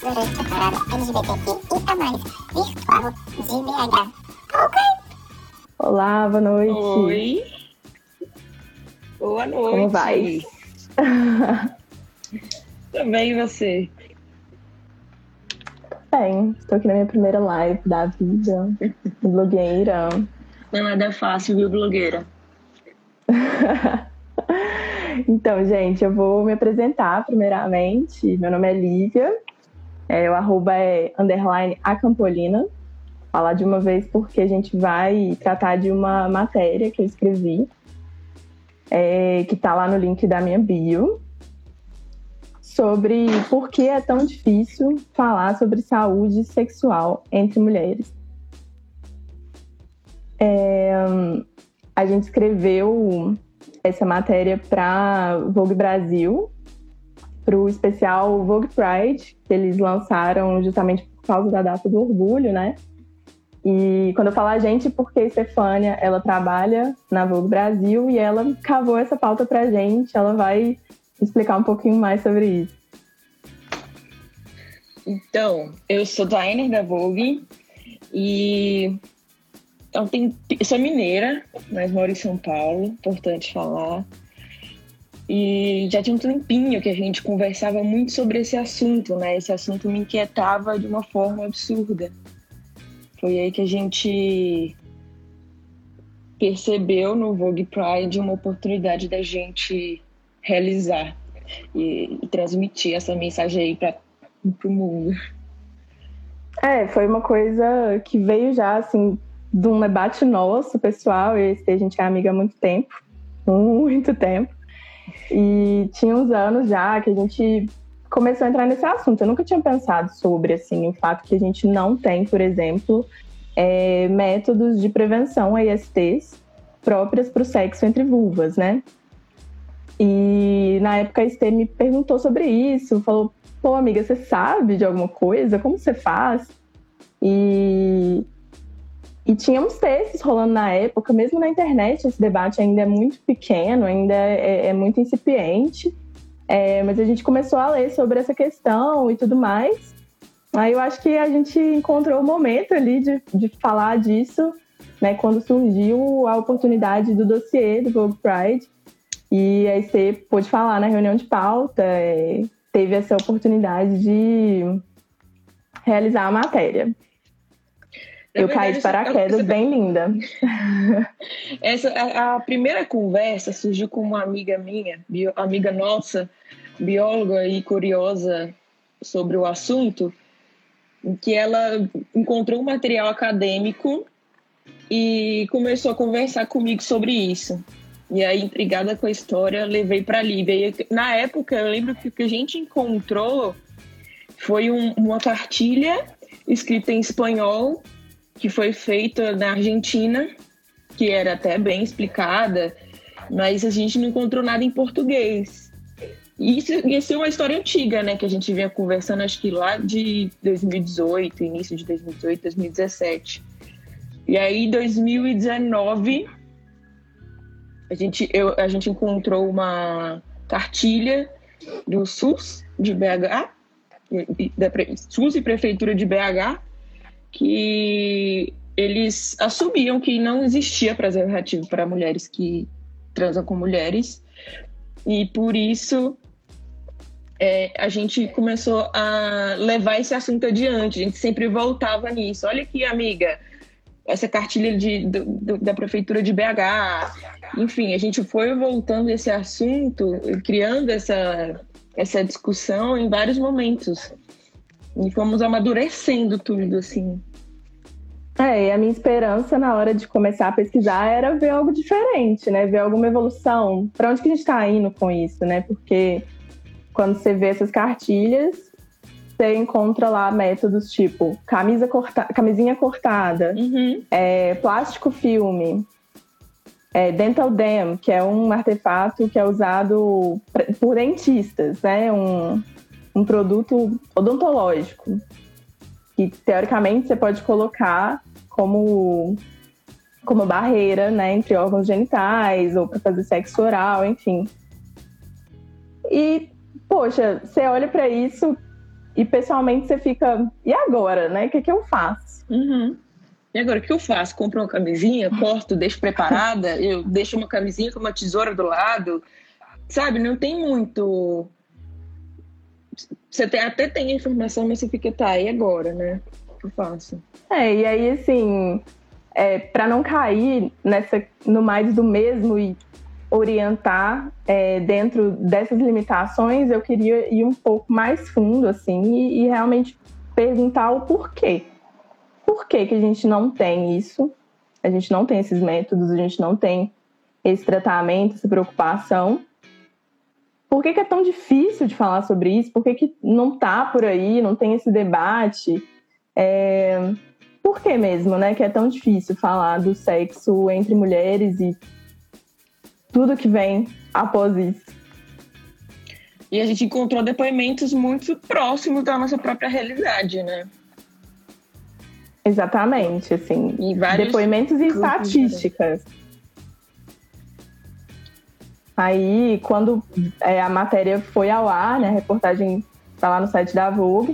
durante a parada LGBTQIA+, virtual de BH. Ok? Olá, boa noite. Oi. Boa noite. Como vai? Também você. Bem, estou aqui na minha primeira live da vida, blogueira. Não é nada fácil, viu, blogueira? Então, gente, eu vou me apresentar primeiramente. Meu nome é Lívia, o arroba é _acampolina. Falar de uma vez porque a gente vai tratar de uma matéria que eu escrevi, que tá lá no link da minha bio, sobre por que é tão difícil falar sobre saúde sexual entre mulheres. A gente escreveu essa matéria para Vogue Brasil, para o especial Vogue Pride, que eles lançaram justamente por causa da data do orgulho, né? E quando eu falo a gente, porque a Stefânia, ela trabalha na Vogue Brasil e ela cavou essa pauta pra gente, ela vai explicar um pouquinho mais sobre isso. Então, eu sou designer da Vogue e eu sou mineira, mas moro em São Paulo, importante falar. E já tinha um tempinho que a gente conversava muito sobre esse assunto, né? Esse assunto me inquietava de uma forma absurda. Foi aí que a gente percebeu no Vogue Pride uma oportunidade da gente realizar e transmitir essa mensagem aí para o mundo. Foi uma coisa que veio já, assim, de um debate nosso, pessoal. A gente é amiga há muito tempo. E tinha uns anos já que a gente começou a entrar nesse assunto. Eu nunca tinha pensado sobre, assim, o fato que a gente não tem, por exemplo, métodos de prevenção a ISTs próprias para o sexo entre vulvas, né? E na época a Estê me perguntou sobre isso, falou: pô, amiga, você sabe de alguma coisa? Como você faz? E tinha uns textos rolando na época, mesmo na internet, esse debate ainda é muito pequeno, ainda é muito incipiente, mas a gente começou a ler sobre essa questão e tudo mais. Aí eu acho que a gente encontrou o momento ali de falar disso, né, quando surgiu a oportunidade do dossiê do Vogue Pride, e aí você pôde falar na reunião de pauta, teve essa oportunidade de realizar a matéria. Eu caí de paraquedas, bem linda. A primeira conversa surgiu com uma amiga minha, amiga nossa, bióloga e curiosa sobre o assunto, em que ela encontrou um material acadêmico e começou a conversar comigo sobre isso. E aí, intrigada com a história, levei para a Lívia. E, na época, eu lembro que o que a gente encontrou foi uma cartilha escrita em espanhol, que foi feita na Argentina, que era até bem explicada, mas a gente não encontrou nada em português. E isso é uma história antiga, né? Que a gente vinha conversando, acho que lá de 2018, início de 2018, 2017. E aí, em 2019, a gente encontrou uma cartilha do SUS de BH, da SUS e Prefeitura de BH, que eles assumiam que não existia preservativo para mulheres que transam com mulheres, e por isso a gente começou a levar esse assunto adiante. A gente sempre voltava nisso. Olha aqui, amiga, essa cartilha da Prefeitura de BH. Enfim, a gente foi voltando esse assunto, criando essa discussão em vários momentos. E fomos amadurecendo tudo, assim. E a minha esperança na hora de começar a pesquisar era ver algo diferente, né? Ver alguma evolução. Para onde que a gente está indo com isso, né? Porque quando você vê essas cartilhas, você encontra lá métodos tipo camisinha cortada, plástico filme, dental dam, que é um artefato que é usado por dentistas, né? Um produto odontológico que, teoricamente, você pode colocar como barreira, né, entre órgãos genitais ou para fazer sexo oral, enfim. E, poxa, você olha para isso e pessoalmente você fica, e agora, né? O que eu faço? Uhum. E agora, o que eu faço? Compro uma camisinha, corto, deixo preparada, eu deixo uma camisinha com uma tesoura do lado, sabe? Não tem muito... Você até tem a informação, mas você fica, tá, e agora, né? O que eu faço? E aí, assim, para não cair no mais do mesmo e orientar dentro dessas limitações, eu queria ir um pouco mais fundo, assim, e realmente perguntar o porquê. Por que a gente não tem isso? A gente não tem esses métodos, a gente não tem esse tratamento, essa preocupação. Por que é tão difícil de falar sobre isso? Por que não tá por aí, não tem esse debate? Por que mesmo, né, que é tão difícil falar do sexo entre mulheres e tudo que vem após isso? E a gente encontrou depoimentos muito próximos da nossa própria realidade, né? Exatamente, assim, depoimentos e estatísticas. Aí, quando a matéria foi ao ar, né, a reportagem está lá no site da Vogue,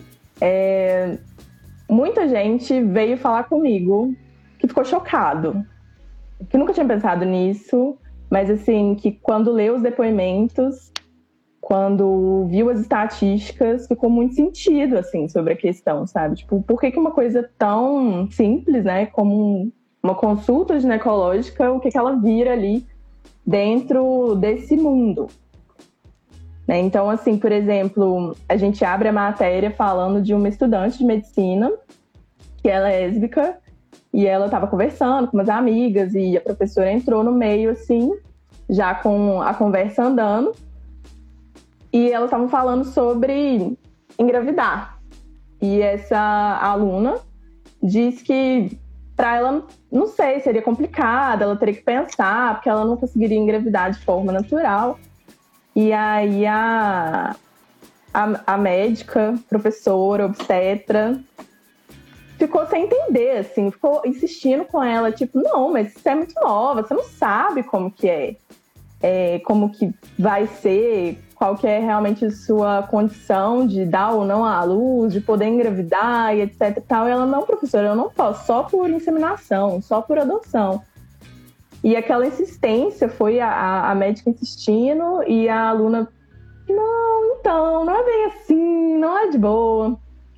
muita gente veio falar comigo que ficou chocado, que nunca tinha pensado nisso, mas assim, que quando leu os depoimentos, quando viu as estatísticas, ficou muito sentido, assim, sobre a questão, sabe? Tipo, por que uma coisa tão simples, né, como uma consulta ginecológica, o que ela vira ali dentro desse mundo? Né? Então, assim, por exemplo, a gente abre a matéria falando de uma estudante de medicina, que é lésbica, e ela estava conversando com umas amigas, e a professora entrou no meio, assim, já com a conversa andando, e elas estavam falando sobre engravidar. E essa aluna diz que para ela, não sei, seria complicado, ela teria que pensar, porque ela não conseguiria engravidar de forma natural. E aí a médica, professora, obstetra, ficou sem entender, assim, ficou insistindo com ela, tipo, não, mas você é muito nova, você não sabe como que como que vai ser, qual que é realmente a sua condição de dar ou não à luz, de poder engravidar e etc e tal. E ela, não, professora, eu não posso, só por inseminação, só por adoção. E aquela insistência foi a médica insistindo e a aluna, não, então, não é bem assim, não é de boa.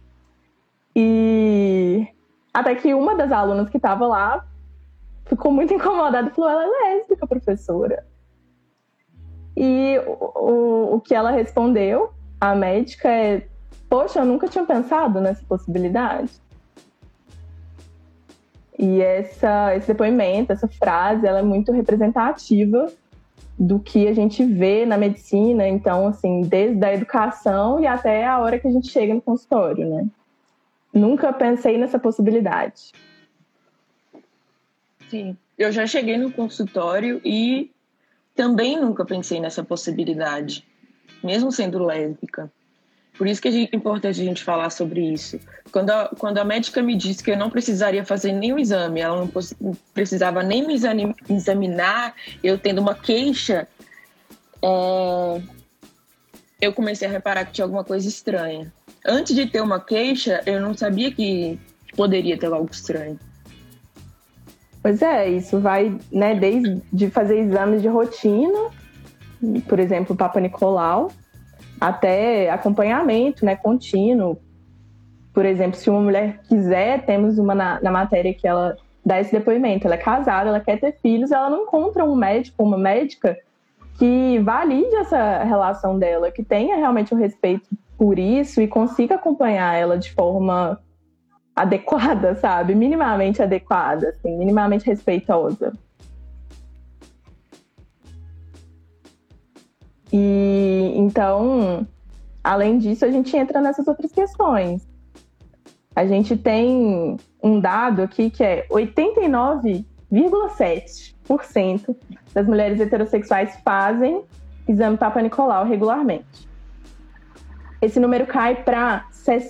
E até que uma das alunas que estava lá ficou muito incomodada e falou, ela é lésbica, professora. E o que ela respondeu, a médica, poxa, eu nunca tinha pensado nessa possibilidade. E esse depoimento, essa frase, ela é muito representativa do que a gente vê na medicina, então, assim, desde a educação e até a hora que a gente chega no consultório, né? Nunca pensei nessa possibilidade. Sim, eu já cheguei no consultório e também nunca pensei nessa possibilidade, mesmo sendo lésbica. Por isso que é importante a gente falar sobre isso. Quando a médica me disse que eu não precisaria fazer nenhum exame, ela não precisava nem me examinar, eu tendo uma queixa, eu comecei a reparar que tinha alguma coisa estranha. Antes de ter uma queixa, eu não sabia que poderia ter algo estranho. Pois é, isso vai, né, desde fazer exames de rotina, por exemplo, o Papa Nicolau, até acompanhamento, né, contínuo. Por exemplo, se uma mulher quiser, temos uma na matéria que ela dá esse depoimento, ela é casada, ela quer ter filhos, ela não encontra um médico, uma médica que valide essa relação dela, que tenha realmente um respeito por isso e consiga acompanhar ela de forma adequada, sabe? Minimamente adequada, assim, minimamente respeitosa. E então, além disso, a gente entra nessas outras questões. A gente tem um dado aqui que é 89,7% das mulheres heterossexuais fazem exame Papa Nicolau regularmente. Esse número cai para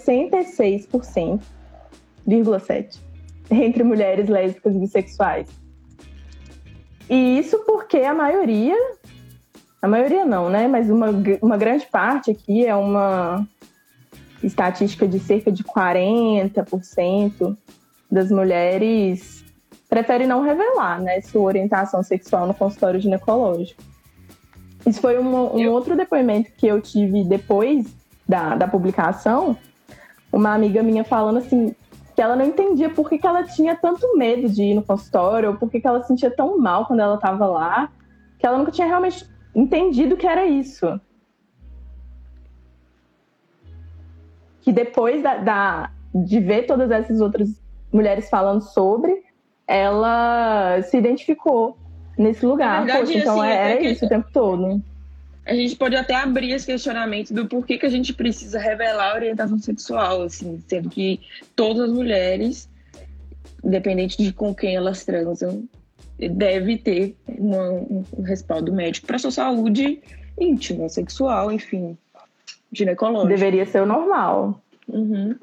66,7% entre mulheres lésbicas e bissexuais. E isso porque a maioria não, né? Mas uma grande parte aqui é uma estatística de cerca de 40% das mulheres preferem não revelar, né, sua orientação sexual no consultório ginecológico. Isso foi um outro depoimento que eu tive depois da publicação. Uma amiga minha falando assim, que ela não entendia por que ela tinha tanto medo de ir no consultório, ou por que ela se sentia tão mal quando ela estava lá, que ela nunca tinha realmente entendido o que era isso. Que depois de ver todas essas outras mulheres falando sobre, ela se identificou nesse lugar. Verdade, poxa, então assim, era isso o tempo todo. A gente pode até abrir esse questionamento do porquê que a gente precisa revelar a orientação sexual, assim, sendo que todas as mulheres, independente de com quem elas transam, deve ter um respaldo médico para sua saúde íntima, sexual, enfim, ginecológica. Deveria ser o normal. Uhum.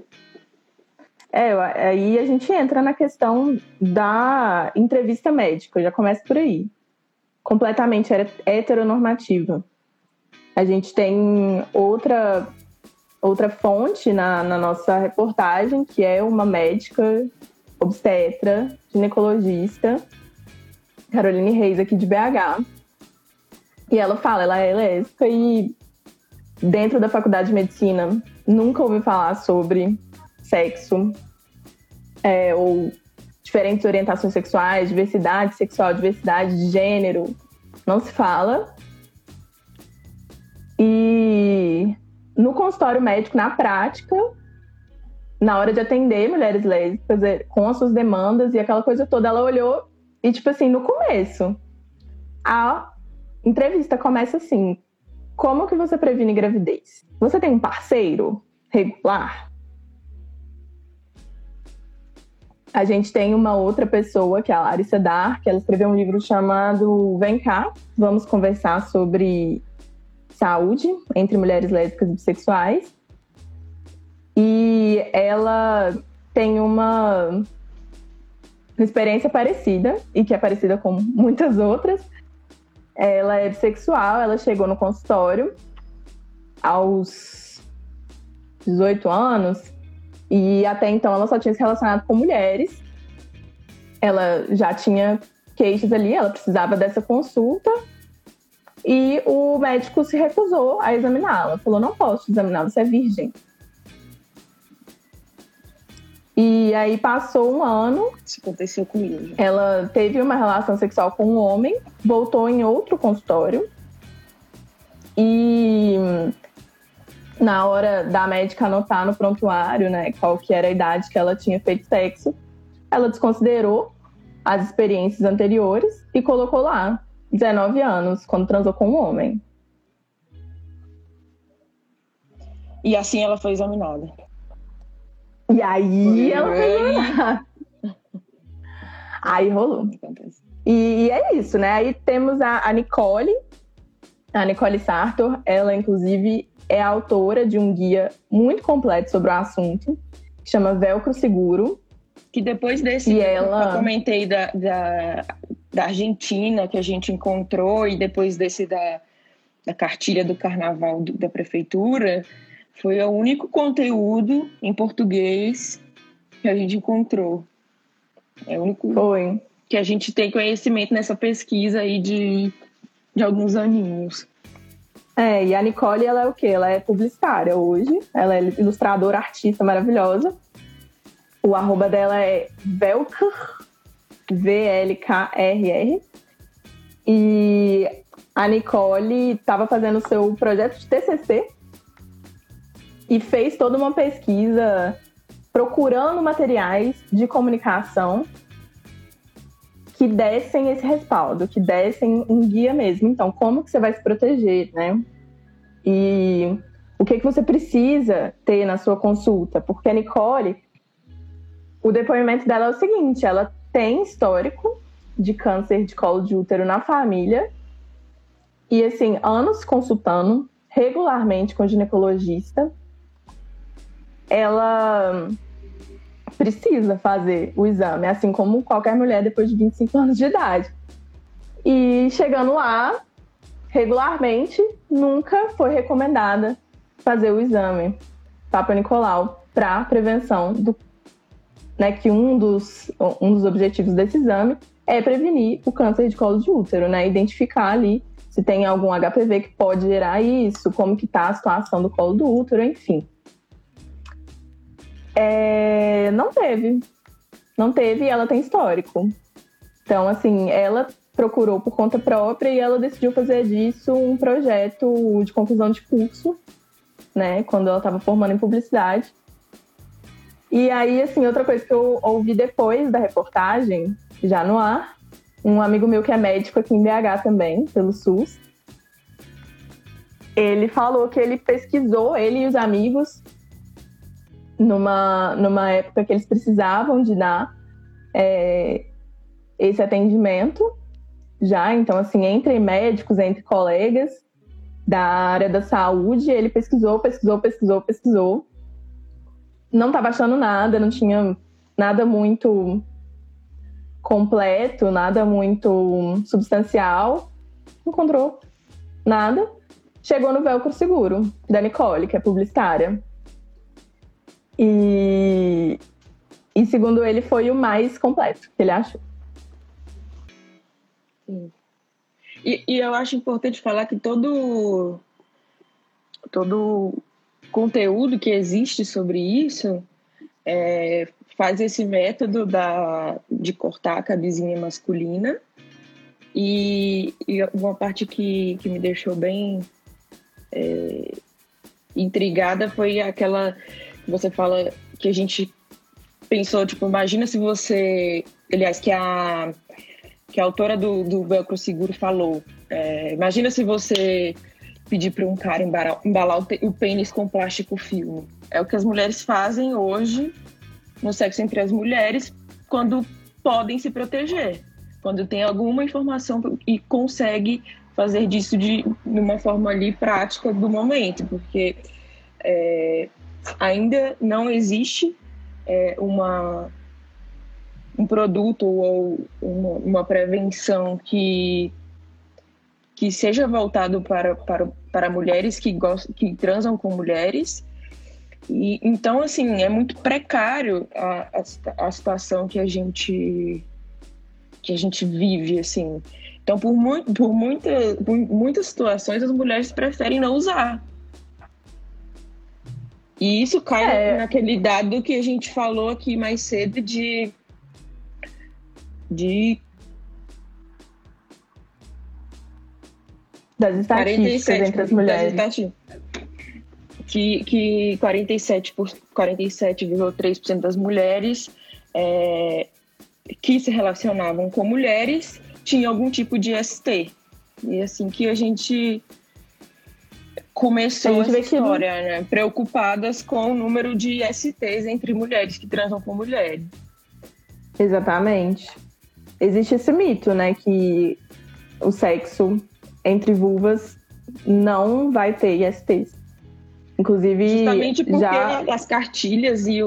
Aí a gente entra na questão da entrevista médica, já começa por aí. Completamente heteronormativa. A gente tem outra fonte na nossa reportagem, que é uma médica obstetra, ginecologista, Caroline Reis, aqui de BH. E ela fala, ela é lésbica e dentro da faculdade de medicina nunca ouviu falar sobre sexo ou diferentes orientações sexuais, diversidade sexual, diversidade de gênero, não se fala. E no consultório médico, na prática, na hora de atender mulheres lésbicas com as suas demandas e aquela coisa toda, ela olhou e, tipo assim, no começo, a entrevista começa assim: como que você previne gravidez? Você tem um parceiro regular? A gente tem uma outra pessoa, que é a Larissa Dar, que ela escreveu um livro chamado Vem Cá, vamos conversar sobre saúde entre mulheres lésbicas e bissexuais. E ela tem uma experiência parecida, e que é parecida com muitas outras. Ela é bissexual, ela chegou no consultório aos 18 anos, e até então ela só tinha se relacionado com mulheres. Ela já tinha queixas ali, ela precisava dessa consulta, e o médico se recusou a examiná-la. Falou, não posso te examinar, você é virgem. E aí passou um ano. Isso aconteceu comigo. Ela teve uma relação sexual com um homem, voltou em outro consultório. E na hora da médica anotar no prontuário, né, qual que era a idade que ela tinha feito sexo, ela desconsiderou as experiências anteriores e colocou lá 19 anos, quando transou com um homem. E assim ela foi examinada. E aí ela foi examinada. Aí rolou. E é isso, né? Aí temos a Nicole Sartor. Ela, inclusive, é autora de um guia muito completo sobre o assunto, que chama Velcro Seguro. Que depois desse eu comentei da Argentina, que a gente encontrou, e depois desse da cartilha do carnaval da prefeitura, foi o único conteúdo em português que a gente encontrou. É o único que a gente tem conhecimento nessa pesquisa aí de alguns aninhos. E a Nicole, ela é o quê? Ela é publicitária hoje. Ela é ilustradora, artista maravilhosa. O arroba dela é Velkr, VLKRR. E a Nicole estava fazendo o seu projeto de TCC e fez toda uma pesquisa procurando materiais de comunicação que dessem esse respaldo, que dessem um guia mesmo. Então, como que você vai se proteger, né? E o que você precisa ter na sua consulta? Porque a Nicole, o depoimento dela é o seguinte: ela tem histórico de câncer de colo de útero na família e, assim, anos consultando regularmente com ginecologista. Ela precisa fazer o exame, assim como qualquer mulher depois de 25 anos de idade. E chegando lá, regularmente, nunca foi recomendada fazer o exame. Papa Nicolau para prevenção do, né, que um dos objetivos desse exame é prevenir o câncer de colo de útero, né? Identificar ali se tem algum HPV que pode gerar isso, como que tá a situação do colo do útero, enfim. Não teve e ela tem histórico. Então, assim, ela procurou por conta própria e ela decidiu fazer disso um projeto de conclusão de curso, né? Quando ela estava formando em publicidade. E aí, assim, outra coisa que eu ouvi depois da reportagem, já no ar, um amigo meu que é médico aqui em BH também, pelo SUS, ele falou que ele pesquisou, ele e os amigos, numa época que eles precisavam de dar esse atendimento, já, então, assim, entre médicos, entre colegas da área da saúde, ele pesquisou, não estava achando nada, não tinha nada muito completo, nada muito substancial, não encontrou nada, chegou no Velcro Seguro, da Nicole, que é publicitária. E segundo ele, foi o mais completo que ele achou. Sim. E eu acho importante falar que todo conteúdo que existe sobre isso faz esse método de cortar a cabezinha masculina. E uma parte que me deixou bem intrigada foi aquela que você fala que a gente pensou, tipo, imagina se você... Aliás, que a autora do Velcro Seguro falou. Imagina se você pedir para um cara embalar o pênis com plástico filme. É o que as mulheres fazem hoje no sexo entre as mulheres quando podem se proteger. Quando tem alguma informação e consegue fazer disso de uma forma ali prática do momento. Porque ainda não existe um produto ou uma prevenção que seja voltado para mulheres que transam com mulheres. E então, assim, é muito precário a situação que a gente vive, assim. Então, por muitas situações, as mulheres preferem não usar. E isso cai naquele dado que a gente falou aqui mais cedo das estatísticas entre as mulheres. Que 47,3% das mulheres que se relacionavam com mulheres tinham algum tipo de ST. E assim que a gente começou essa história, né? Preocupadas com o número de STs entre mulheres que transam com mulheres. Exatamente. Existe esse mito, né? Que o sexo entre vulvas não vai ter ISTs. Inclusive, justamente porque as cartilhas e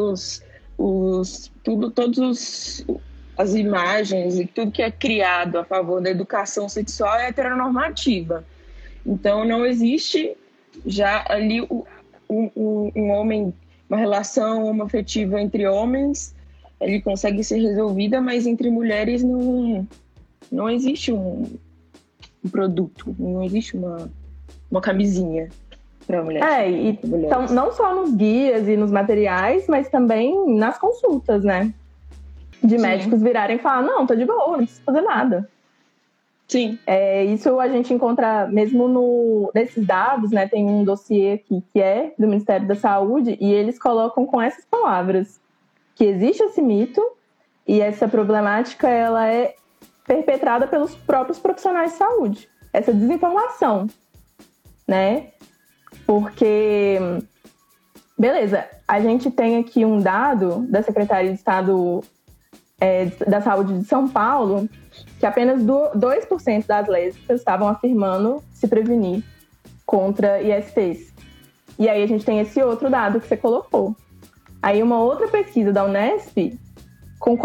as imagens e tudo que é criado a favor da educação sexual é heteronormativa. Então, não existe já ali um homem, uma relação homoafetiva entre homens, ele consegue ser resolvida, mas entre mulheres não existe um produto, não existe uma camisinha para mulheres. Então, não só nos guias e nos materiais, mas também nas consultas, né? De médicos virarem e falar, não, tô de boa, não preciso fazer nada. Sim. Isso a gente encontra mesmo nesses dados, né? Tem um dossiê aqui que é do Ministério da Saúde e eles colocam com essas palavras que existe esse mito e essa problemática ela é perpetrada pelos próprios profissionais de saúde. Essa desinformação, né? Porque, beleza, a gente tem aqui um dado da Secretaria de Estado da Saúde de São Paulo que apenas 2% das lésbicas estavam afirmando se prevenir contra ISTs. E aí a gente tem esse outro dado que você colocou. Aí uma outra pesquisa da Unesp, com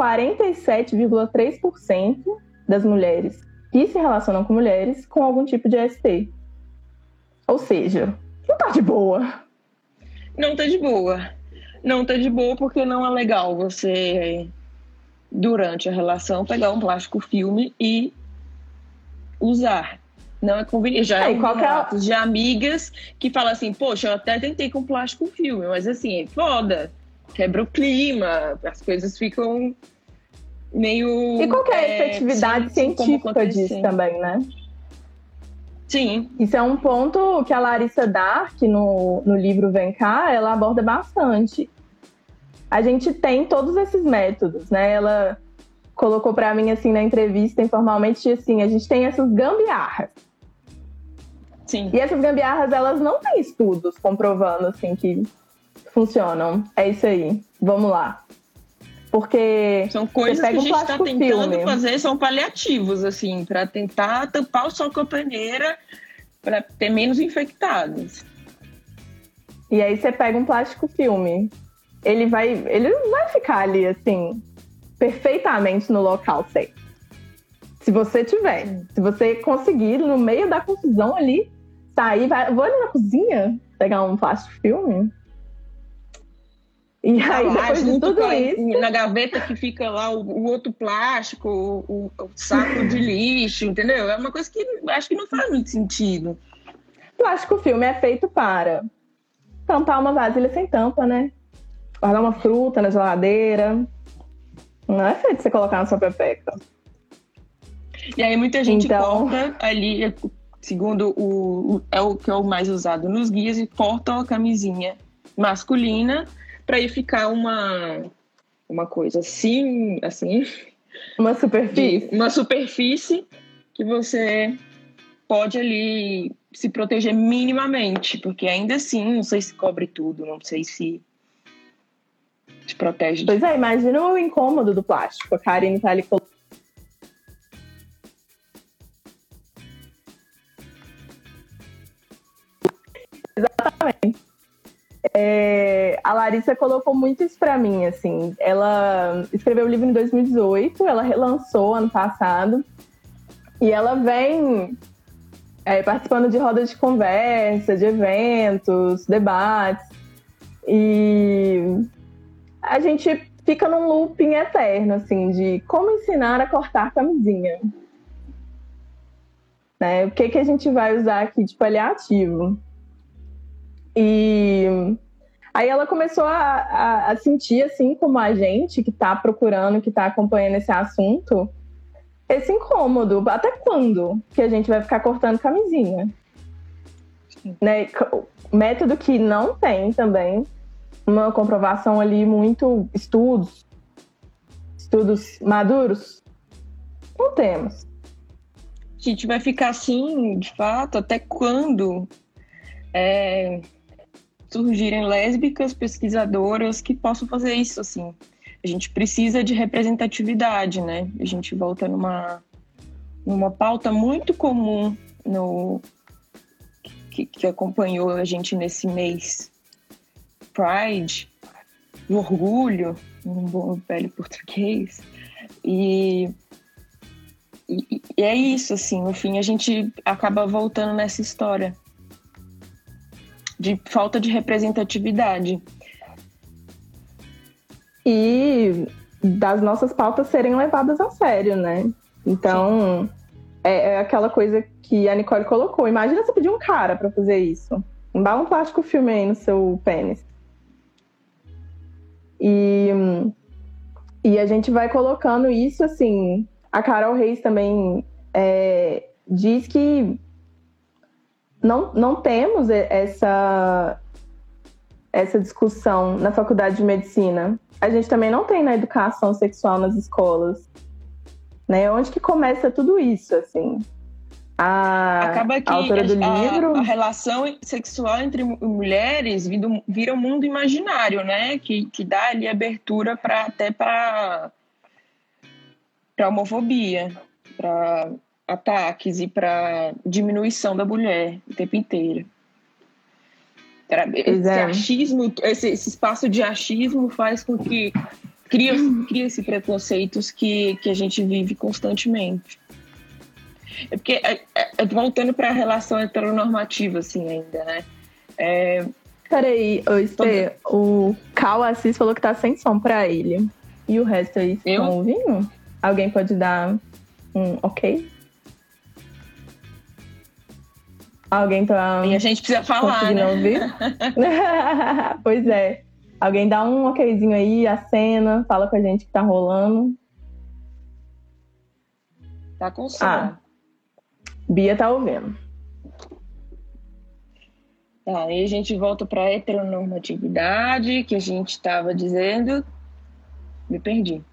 47,3% das mulheres que se relacionam com mulheres com algum tipo de IST. Ou seja, não tá de boa. não tá de boa. Não tá de boa porque não é legal você, durante a relação, pegar um plástico filme e usar. Não é conveniente. Já é relatos de amigas que falam assim, poxa, eu até tentei com plástico filme, mas assim, é foda. Quebra o clima, as coisas ficam meio... E qual que é a efetividade científica disso também, né? Sim. Isso é um ponto que a Larissa Dark, no livro Vem Cá, ela aborda bastante. A gente tem todos esses métodos, né? Ela colocou para mim, assim, na entrevista, informalmente, assim, a gente tem essas gambiarras. Sim. E essas gambiarras, elas não têm estudos comprovando, assim, que funcionam. É isso aí. Vamos lá. Porque são coisas que a gente está tentando fazer, são paliativos, assim, para tentar tampar o sol com a peneira, para ter menos infectados. E aí você pega um plástico filme, ele não vai ficar ali, assim, perfeitamente no local certo. Se você tiver, se você conseguir, no meio da confusão ali, sair, vou ali na cozinha pegar um plástico filme. E aí, depois de tudo isso... Na gaveta que fica lá o outro plástico, o saco de lixo, entendeu? É uma coisa que acho que não faz muito sentido. Plástico filme é feito para tampar uma vasilha sem tampa, né? Guardar uma fruta na geladeira. Não é feito pra você colocar na sua pepeca. E aí muita gente corta ali, segundo é o que é o mais usado nos guias, e corta a camisinha masculina para aí ficar uma coisa assim, uma superfície que você pode ali se proteger minimamente, porque ainda assim, não sei se cobre tudo, não sei se protege. Pois é, imagina o incômodo do plástico. A Karine tá ali colocando. Exatamente. A Larissa colocou muito isso pra mim, assim. Ela escreveu o livro em 2018, ela relançou ano passado, e ela vem participando de rodas de conversa, de eventos, debates, e a gente fica num looping eterno, assim, de como ensinar a cortar camisinha. Né? O que a gente vai usar aqui de paliativo? E aí ela começou a sentir, assim como a gente que está procurando, que está acompanhando esse assunto, esse incômodo. Até quando que a gente vai ficar cortando camisinha? Né? Método que não tem também uma comprovação ali, muito estudos maduros, não temos. A gente vai ficar assim, de fato, até quando surgirem lésbicas pesquisadoras que possam fazer isso, assim. A gente precisa de representatividade, né? A gente volta numa pauta muito comum que acompanhou a gente nesse mês Pride, o orgulho, um bom velho português, e é isso, assim, no fim a gente acaba voltando nessa história de falta de representatividade. E das nossas pautas serem levadas a sério, né? Então, é aquela coisa que a Nicole colocou. Imagina você pedir um cara pra fazer isso. Embala um plástico filme aí no seu pênis. E a gente vai colocando isso, assim... A Carol Reis também diz que não temos essa discussão na faculdade de medicina. A gente também não tem na educação sexual nas escolas. Né? Onde que começa tudo isso, assim? Acaba que a autora do livro... a relação sexual entre mulheres vira um mundo imaginário, né? Que dá ali abertura até para homofobia, para ataques e para diminuição da mulher o tempo inteiro. Esse espaço de achismo faz com que cria-se preconceitos que a gente vive constantemente. Porque, voltando para a relação heteronormativa, assim, ainda, né? Peraí, Estê, o Cal Assis falou que tá sem som pra ele. E o resto aí, estão ouvindo? Alguém pode dar um ok? Alguém tá... E a gente precisa falar, né? Ouvir? Pois é. Alguém dá um okzinho aí, acena, fala com a gente que tá rolando. Tá com som. Bia tá ouvindo. Tá, aí a gente volta pra heteronormatividade, que a gente tava dizendo. Me perdi.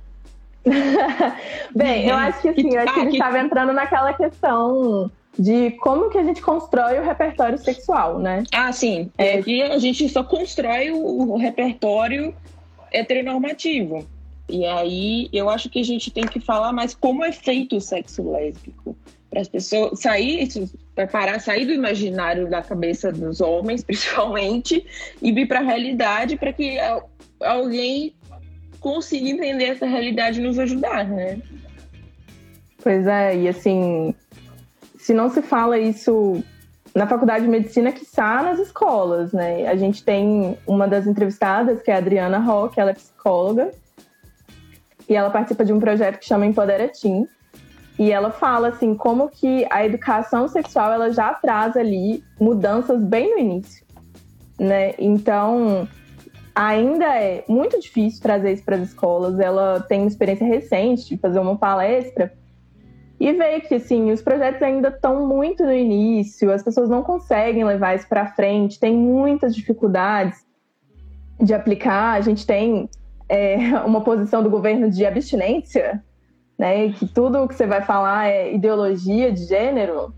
Bem, eu acho que sim, eu acho que a gente estava entrando naquela questão de como que a gente constrói o repertório sexual, né? Sim. Aqui a gente só constrói o repertório heteronormativo. E aí eu acho que a gente tem que falar mais como é feito o sexo lésbico. Para as pessoas sair do imaginário da cabeça dos homens, principalmente, e vir para a realidade para que alguém consiga entender essa realidade e nos ajudar, né? Pois é, e assim, se não se fala isso na faculdade de medicina, quiçá nas escolas, né? A gente tem uma das entrevistadas, que é a Adriana Roque, ela é psicóloga, e ela participa de um projeto que chama Empodera Teen, e ela fala, assim, como que a educação sexual, ela já traz ali mudanças bem no início, né? Então, ainda é muito difícil trazer isso para as escolas. Ela tem uma experiência recente de fazer uma palestra e vê que, assim, os projetos ainda estão muito no início, as pessoas não conseguem levar isso para frente, tem muitas dificuldades de aplicar. A gente tem uma posição do governo de abstinência, né, que tudo que você vai falar é ideologia de gênero,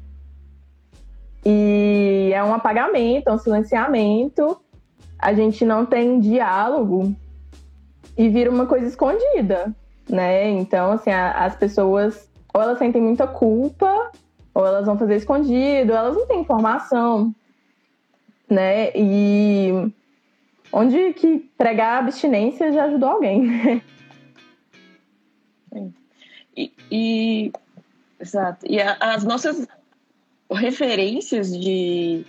e é um apagamento, é um silenciamento. A gente não tem diálogo e vira uma coisa escondida, né? Então, assim, as pessoas, ou elas sentem muita culpa, ou elas vão fazer escondido, ou elas não têm informação, né? E onde que pregar abstinência já ajudou alguém? Exato. E as nossas referências de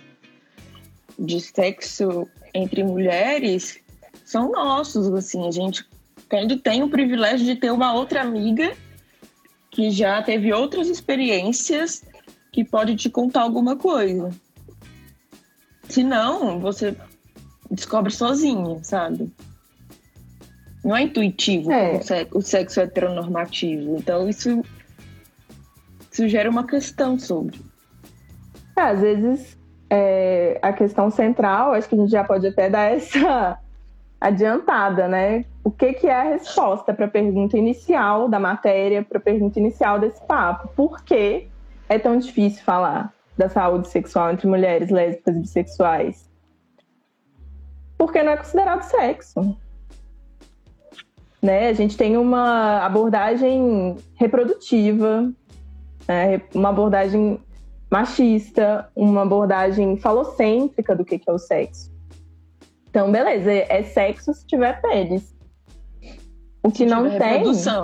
sexo entre mulheres são nossos, assim, a gente, quando tem o privilégio de ter uma outra amiga que já teve outras experiências, que pode te contar alguma coisa. Se não, você descobre sozinha, sabe? Não é intuitivo o sexo heteronormativo. Então isso gera uma questão sobre. Às vezes a questão central, acho que a gente já pode até dar essa adiantada, né? O que é a resposta para a pergunta inicial da matéria, para a pergunta inicial desse papo? Por que é tão difícil falar da saúde sexual entre mulheres lésbicas e bissexuais? Porque não é considerado sexo. Né? A gente tem uma abordagem reprodutiva, né? Uma abordagem machista, uma abordagem falocêntrica do que é o sexo. Então, beleza, é sexo se tiver pênis. O que não tem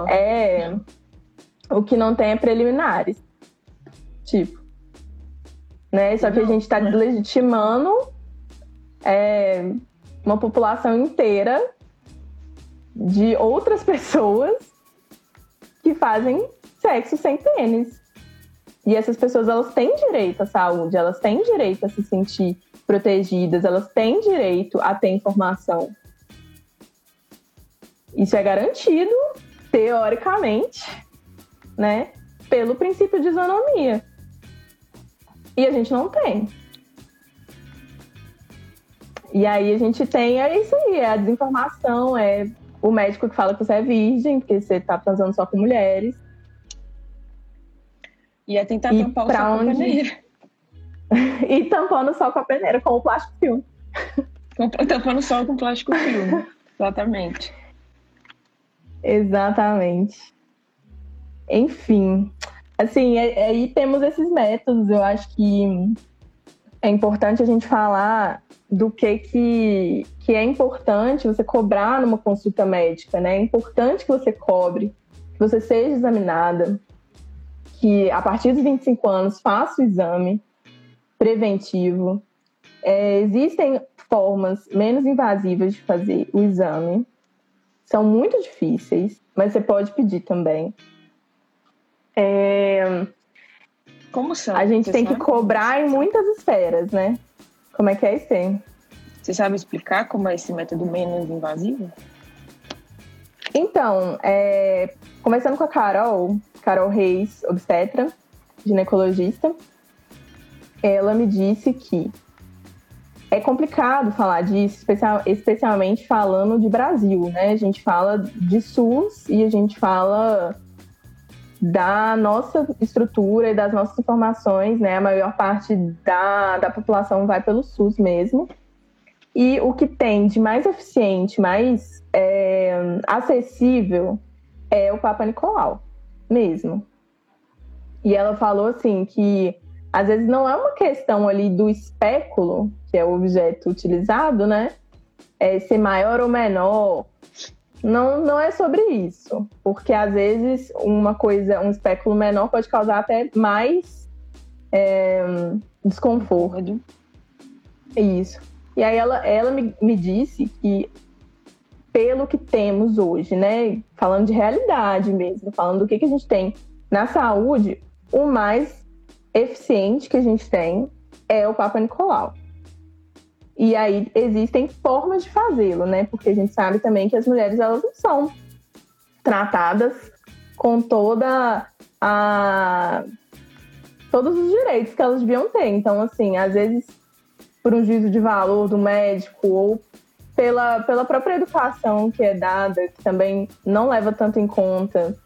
o que não tem é preliminares. Tipo, né? Só que a gente está legitimando uma população inteira de outras pessoas que fazem sexo sem pênis. E essas pessoas, elas têm direito à saúde, elas têm direito a se sentir protegidas, elas têm direito a ter informação. Isso é garantido, teoricamente, né, pelo princípio de isonomia. E a gente não tem. E aí a gente tem, isso aí, a desinformação, o médico que fala que você é virgem, porque você tá transando só com mulheres. E tentar tampar o sol com a peneira. E tampando o sol com a peneira, com o plástico filme. Tampando o sol com plástico filme, exatamente. Exatamente. Enfim, assim, aí temos esses métodos. Eu acho que é importante a gente falar do que é importante você cobrar numa consulta médica, né? É importante que você cobre, que você seja examinada, que a partir dos 25 anos faça o exame preventivo. Existem formas menos invasivas de fazer o exame. São muito difíceis, mas você pode pedir também. Como são? A gente Você tem que sabe? cobrar em muitas esferas, né? Como é que é isso aí? Você sabe explicar como é esse método menos invasivo? Então, começando com a Carol Reis, obstetra, ginecologista, ela me disse que é complicado falar disso, especialmente falando de Brasil, né? A gente fala de SUS e a gente fala da nossa estrutura e das nossas informações, né? A maior parte da população vai pelo SUS mesmo. E o que tem de mais eficiente, mais acessível é o Papa Nicolau mesmo. E ela falou assim que às vezes não é uma questão ali do espéculo, que é o objeto utilizado, né? Ser maior ou menor. Não é sobre isso. Porque às vezes um espéculo menor pode causar até mais desconforto. Isso. E aí ela me disse que, pelo que temos hoje, né? Falando de realidade mesmo, falando do que a gente tem na saúde, o mais eficiente que a gente tem é o Papa Nicolau. E aí existem formas de fazê-lo, né? Porque a gente sabe também que as mulheres, elas não são tratadas com todos os direitos que elas deviam ter. Então, assim, às vezes, por um juízo de valor do médico ou pela própria educação que é dada, que também não leva tanto em conta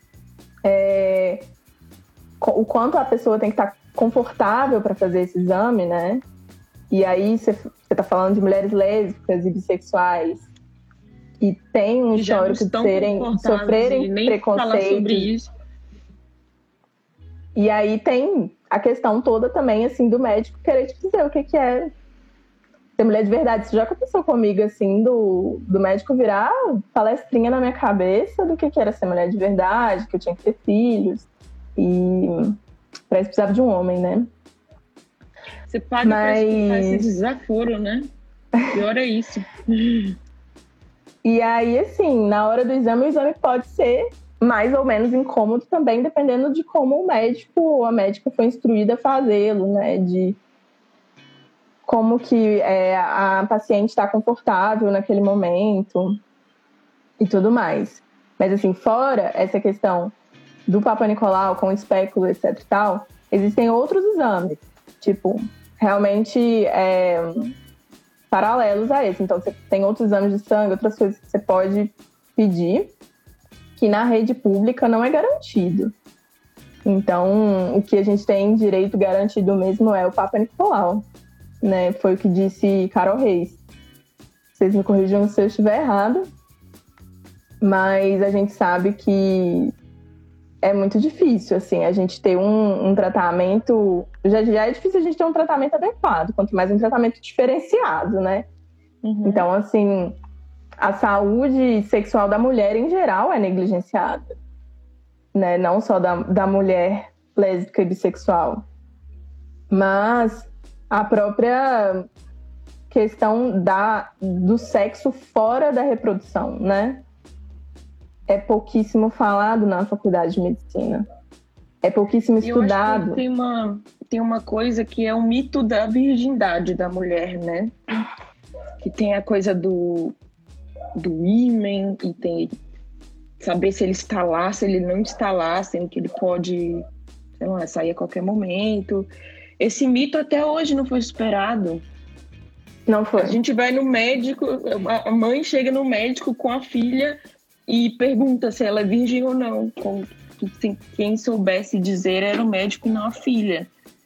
o quanto a pessoa tem que estar confortável para fazer esse exame, né? E aí você está falando de mulheres lésbicas e bissexuais que têm um histórico de sofrerem preconceito. E aí tem a questão toda também, assim, do médico querer te dizer o que é ser mulher de verdade. Isso já aconteceu comigo, assim, do médico virar palestrinha na minha cabeça do que era ser mulher de verdade, que eu tinha que ter filhos. E para isso precisava de um homem, né? Você paga pra escutar esse desaforo, né? Pior é isso. E aí, assim, na hora do exame, o exame pode ser mais ou menos incômodo também, dependendo de como o médico ou a médica foi instruída a fazê-lo, né? De como que a paciente está confortável naquele momento e tudo mais. Mas, assim, fora essa questão do Papa Nicolau com espéculo, etc e tal, existem outros exames, tipo, realmente paralelos a esse. Então, você tem outros exames de sangue, outras coisas que você pode pedir, que na rede pública não é garantido. Então, o que a gente tem direito garantido mesmo é o Papa Nicolau, né? Foi o que disse Carol Reis. Vocês me corrijam se eu estiver errado, mas a gente sabe que é muito difícil, assim, a gente ter um tratamento... Já é difícil a gente ter um tratamento adequado, quanto mais um tratamento diferenciado, né? Uhum. Então, assim, a saúde sexual da mulher, em geral, é negligenciada, né? Não só da mulher lésbica e bissexual, mas a própria questão do sexo fora da reprodução, né? É pouquíssimo falado na faculdade de medicina. É pouquíssimo estudado. Eu acho que tem uma coisa que é o mito da virgindade da mulher, né? Que tem a coisa do ímen, e tem saber se ele está lá, se ele não está lá, sendo que ele pode, sei lá, sair a qualquer momento. Esse mito até hoje não foi superado. Não foi. A gente vai no médico, a mãe chega no médico com a filha e pergunta se ela é virgem ou não. Quem soubesse dizer era o médico e não a filha.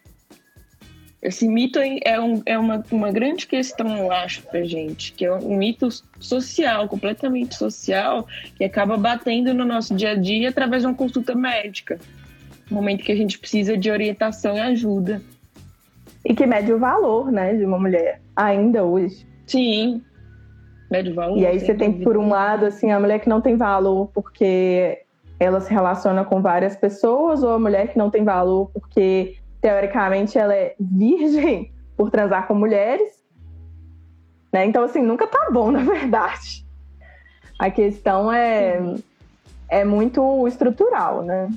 Esse mito é uma grande questão, eu acho, pra gente, que é um mito social, completamente social, que acaba batendo no nosso dia a dia através de uma consulta médica. No momento que a gente precisa de orientação e ajuda. E que mede o valor, né, de uma mulher, ainda hoje. Sim. Mede o valor. E aí você tem, por um lado, assim, a mulher que não tem valor porque ela se relaciona com várias pessoas, ou a mulher que não tem valor porque, teoricamente, ela é virgem por transar com mulheres. né? Então, assim, nunca tá bom, na verdade. A questão é muito estrutural, né?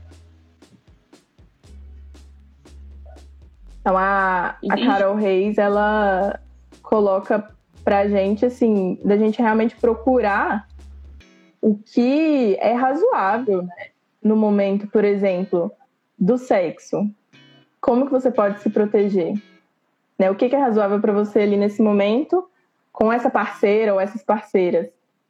Então, a Carol Reis, ela coloca pra gente, assim, da gente realmente procurar o que é razoável, né? No momento, por exemplo, do sexo. Como que você pode se proteger? Né? O que é razoável para você ali nesse momento com essa parceira ou essas parceiras?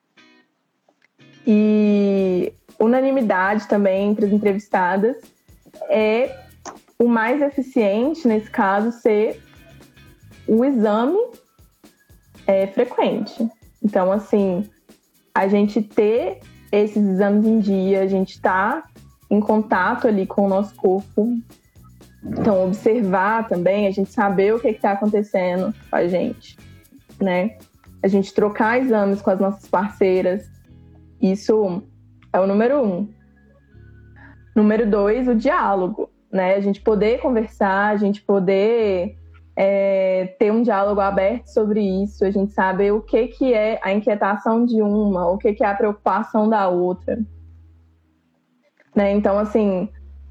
E unanimidade também entre as entrevistadas é o mais eficiente, nesse caso, ser o exame frequente. Então, assim, a gente ter esses exames em dia, a gente tá em contato ali com o nosso corpo. Então, observar também, a gente saber o que está acontecendo com a gente, né? A gente trocar exames com as nossas parceiras. Isso é o número 1. Número 2, o diálogo, né? A gente poder conversar, a gente poder ter um diálogo aberto sobre isso, a gente saber o que é a inquietação de uma, o que é a preocupação da outra. Né? Então, assim,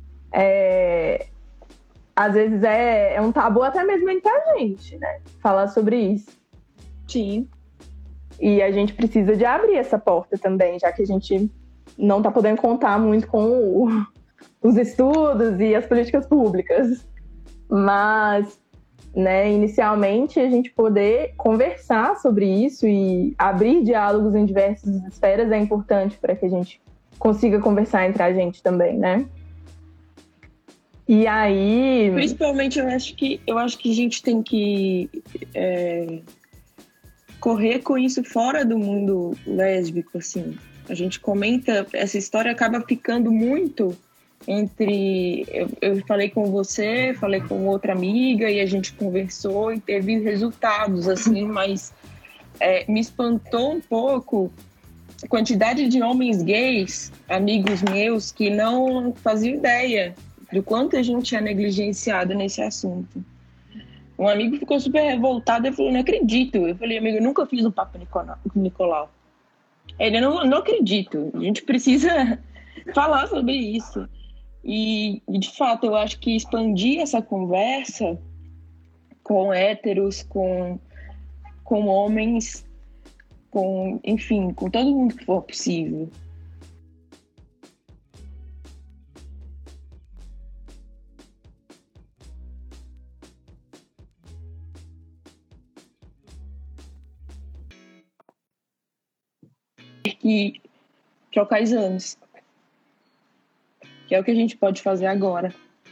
às vezes é um tabu até mesmo entre a gente, né? Falar sobre isso. Sim. E a gente precisa de abrir essa porta também, já que a gente não está podendo contar muito com os estudos e as políticas públicas. Mas, né, inicialmente, a gente poder conversar sobre isso e abrir diálogos em diversas esferas é importante para que a gente consiga conversar entre a gente também, né? E aí... Principalmente, eu acho que a gente tem que correr com isso fora do mundo lésbico, assim. A gente comenta, essa história acaba ficando muito entre... Eu falei com você, falei com outra amiga e a gente conversou e teve resultados, assim, mas me espantou um pouco a quantidade de homens gays, amigos meus, que não faziam ideia do quanto a gente é negligenciado nesse assunto. Um amigo ficou super revoltado e falou, não acredito. Eu falei, amigo, eu nunca fiz um papo com Nicolau. Ele, não acredito. A gente precisa falar sobre isso. E, de fato, eu acho que expandir essa conversa com héteros, com homens, enfim, com todo mundo que for possível. E trocar exames, que é o que a gente pode fazer agora.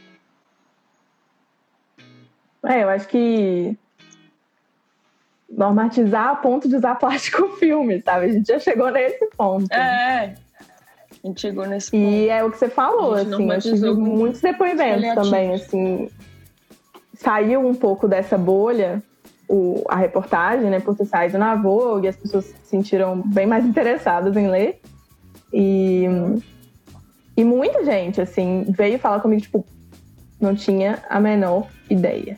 Eu acho que normatizar a ponto de usar plástico filme, sabe? A gente já chegou nesse ponto. A gente chegou nesse ponto. E é o que você falou, assim, eu tive muitos depoimentos também, assim, saiu um pouco dessa bolha, a reportagem, né, por ter saído na Vogue, e as pessoas se sentiram bem mais interessadas em ler. E muita gente, assim, veio falar comigo, tipo, não tinha a menor ideia.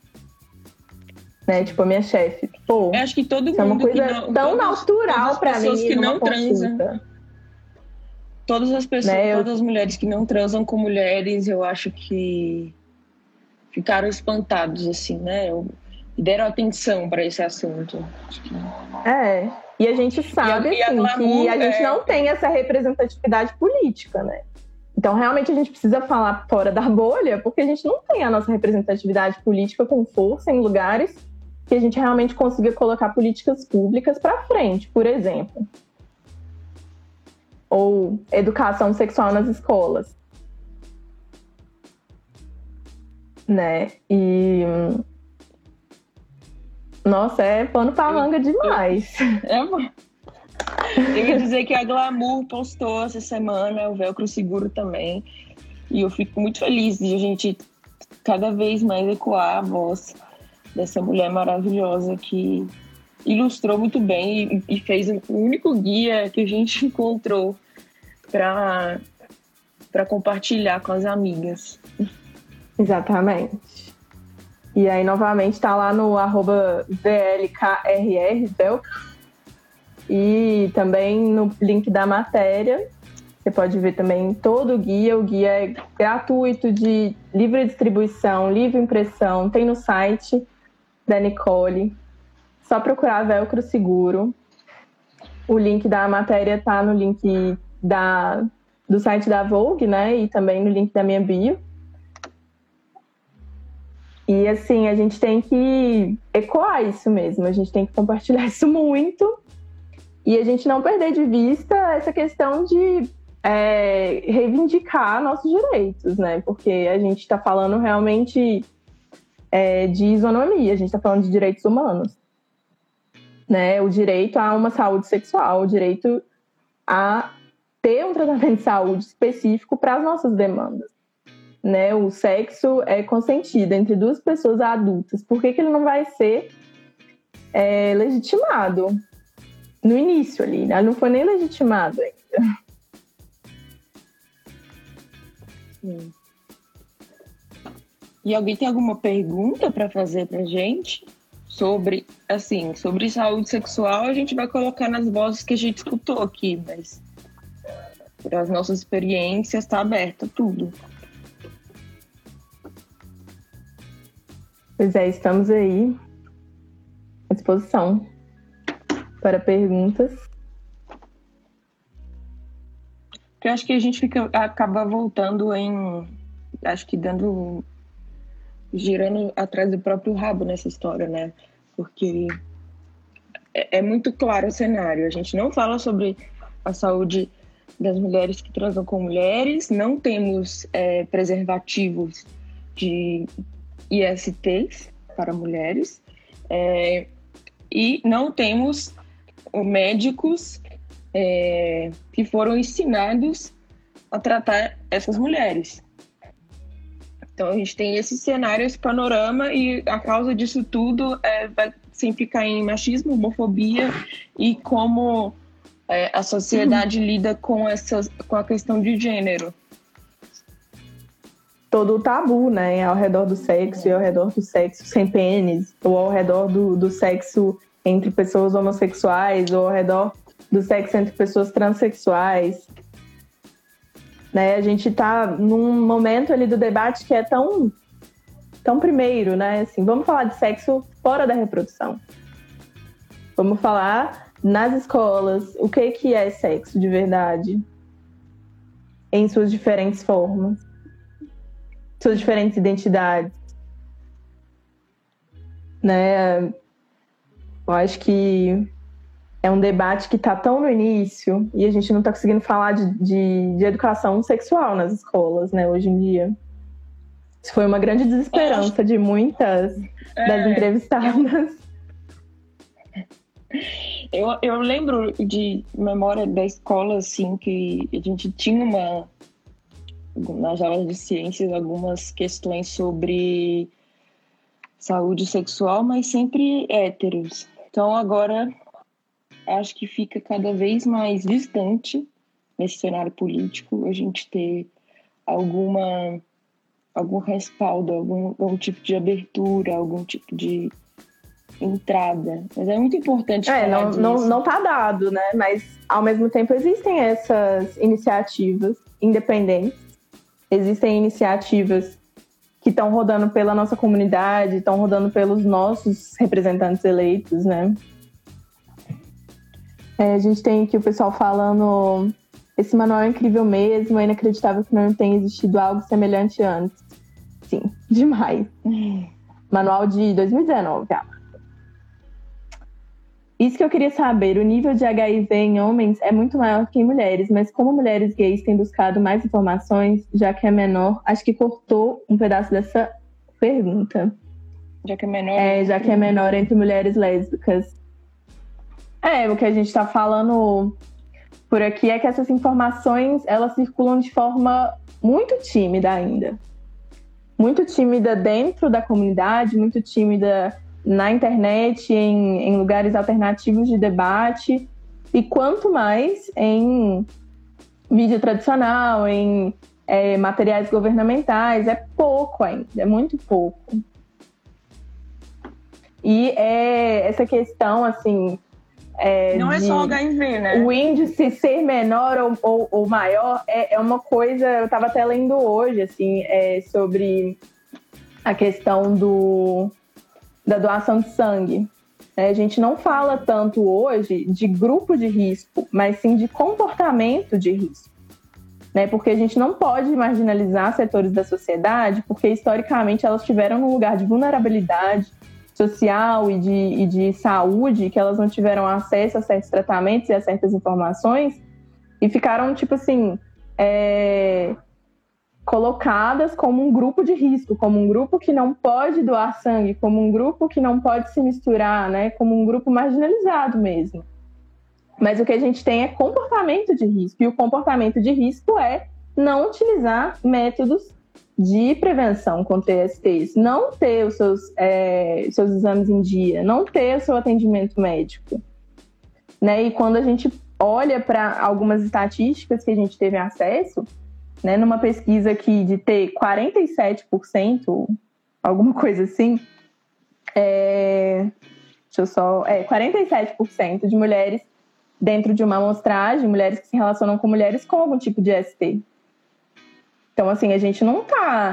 Né? Tipo, a minha chefe, pô, eu acho que todo isso mundo é uma coisa tão natural pra mim. Todas as pessoas que não transam. Todas as pessoas, né? Todas as mulheres que não transam com mulheres, eu acho que ficaram espantados, assim, né? Deram atenção para esse assunto. E a gente sabe, assim, glamour, que a gente não tem essa representatividade política, né? Então, realmente, a gente precisa falar fora da bolha, porque a gente não tem a nossa representatividade política com força em lugares que a gente realmente consiga colocar políticas públicas para frente, por exemplo. Ou educação sexual nas escolas. Né? E... Nossa, é pano pra manga demais. Eu ia dizer que a Glamour postou essa semana, o Velcro Seguro também. E eu fico muito feliz de a gente cada vez mais ecoar a voz dessa mulher maravilhosa que ilustrou muito bem e fez o único guia que a gente encontrou para compartilhar com as amigas. Exatamente. E aí, novamente, está lá no @VLKRR, Velcro. E também no link da matéria, você pode ver também todo o guia. O guia é gratuito, de livre distribuição, livre impressão. Tem no site da Nicole. Só procurar Velcro Seguro. O link da matéria está no link do site da Vogue, né? E também no link da minha bio. E, assim, a gente tem que ecoar isso mesmo. A gente tem que compartilhar isso muito. E a gente não perder de vista essa questão de reivindicar nossos direitos, né? Porque a gente está falando realmente de isonomia. A gente está falando de direitos humanos. Né? O direito a uma saúde sexual. O direito a ter um tratamento de saúde específico para as nossas demandas. Né? O sexo é consentido entre duas pessoas adultas. Por que ele não vai ser legitimado no início ali, né? Não foi nem legitimado ainda. Sim. E alguém tem alguma pergunta para fazer para gente sobre saúde sexual? A gente vai colocar nas vozes que a gente escutou aqui, mas para as nossas experiências está aberto tudo. Pois é, estamos aí à disposição para perguntas. Eu acho que a gente acaba voltando girando atrás do próprio rabo nessa história, né? Porque é muito claro o cenário. A gente não fala sobre a saúde das mulheres que transam com mulheres, não temos preservativos de ISTs para mulheres, e não temos médicos que foram ensinados a tratar essas mulheres. Então a gente tem esse cenário, esse panorama, e a causa disso tudo vai sempre ficar em machismo, homofobia e como a sociedade lida com a questão de gênero. Todo o tabu, né, ao redor do sexo e ao redor do sexo sem pênis, ou ao redor do sexo entre pessoas homossexuais, ou ao redor do sexo entre pessoas transexuais. Né, a gente está num momento ali do debate que é tão primeiro, né? Assim, vamos falar de sexo fora da reprodução. Vamos falar nas escolas o que é sexo de verdade, em suas diferentes formas, suas diferentes identidades. Né? Eu acho que é um debate que está tão no início e a gente não está conseguindo falar de educação sexual nas escolas, né, hoje em dia. Isso foi uma grande desesperança de muitas das entrevistadas. Eu lembro de memória da escola, assim, que a gente tinha nas aulas de ciências algumas questões sobre saúde sexual, mas sempre héteros. Então agora acho que fica cada vez mais distante nesse cenário político a gente ter algum respaldo, algum tipo de abertura, algum tipo de entrada. Mas é muito importante falar disso. Não tá dado, né? Mas, ao mesmo tempo, existem essas iniciativas independentes. Existem iniciativas que estão rodando pela nossa comunidade, estão rodando pelos nossos representantes eleitos, né? A gente tem aqui o pessoal falando: esse manual é incrível mesmo, é inacreditável que não tenha existido algo semelhante antes. Sim, demais. Manual de 2019, Isso que eu queria saber, o nível de HIV em homens é muito maior que em mulheres, mas como mulheres gays têm buscado mais informações, já que é menor, acho que cortou um pedaço dessa pergunta. Já que é menor? Já que é menor entre mulheres lésbicas. O que a gente está falando por aqui é que essas informações, elas circulam de forma muito tímida ainda. Muito tímida dentro da comunidade, muito tímida na internet, em lugares alternativos de debate, e quanto mais em mídia tradicional, em materiais governamentais, é pouco ainda, é muito pouco. E essa questão, assim... não é só HIV, né? O índice ser menor ou maior é uma coisa... Eu estava até lendo hoje, assim, sobre a questão da doação de sangue. A gente não fala tanto hoje de grupo de risco, mas sim de comportamento de risco. Né? Porque a gente não pode marginalizar setores da sociedade, porque historicamente elas estiveram num lugar de vulnerabilidade social e de saúde, que elas não tiveram acesso a certos tratamentos e a certas informações, e ficaram, tipo assim, colocadas como um grupo de risco, como um grupo que não pode doar sangue, como um grupo que não pode se misturar, né? Como um grupo marginalizado mesmo. Mas o que a gente tem é comportamento de risco, e o comportamento de risco é não utilizar métodos de prevenção contra ISTs, não ter os seus exames em dia, não ter o seu atendimento médico. Né? E quando a gente olha para algumas estatísticas que a gente teve acesso, né, numa pesquisa aqui de ter 47%, alguma coisa assim, 47% de mulheres dentro de uma amostragem, mulheres que se relacionam com mulheres com algum tipo de IST. Então, assim, a gente não está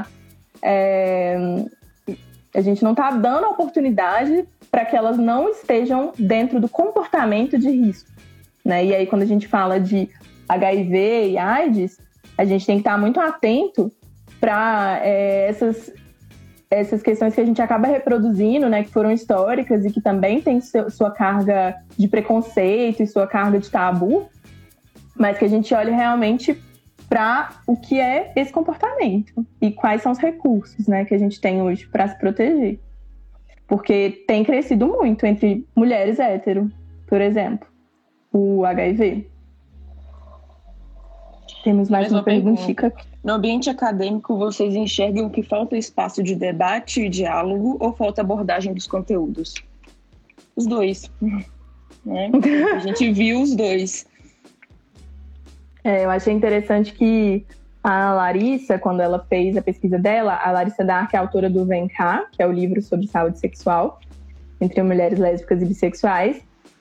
dando a oportunidade para que elas não estejam dentro do comportamento de risco. Né? E aí, quando a gente fala de HIV e AIDS, a gente tem que estar muito atento para essas questões que a gente acaba reproduzindo, né, que foram históricas e que também tem sua carga de preconceito e sua carga de tabu, mas que a gente olhe realmente para o que é esse comportamento e quais são os recursos, né, que a gente tem hoje para se proteger. Porque tem crescido muito entre mulheres hétero, por exemplo, o HIV. Temos mais uma perguntinha aqui. No ambiente acadêmico, vocês enxergam que falta espaço de debate e diálogo ou falta abordagem dos conteúdos? Os dois. Né? A gente viu os dois. Eu achei interessante que a Larissa, quando ela fez a pesquisa dela, a Larissa Dark é a autora do Vem Cá, que é o livro sobre saúde sexual entre mulheres lésbicas e bissexuais.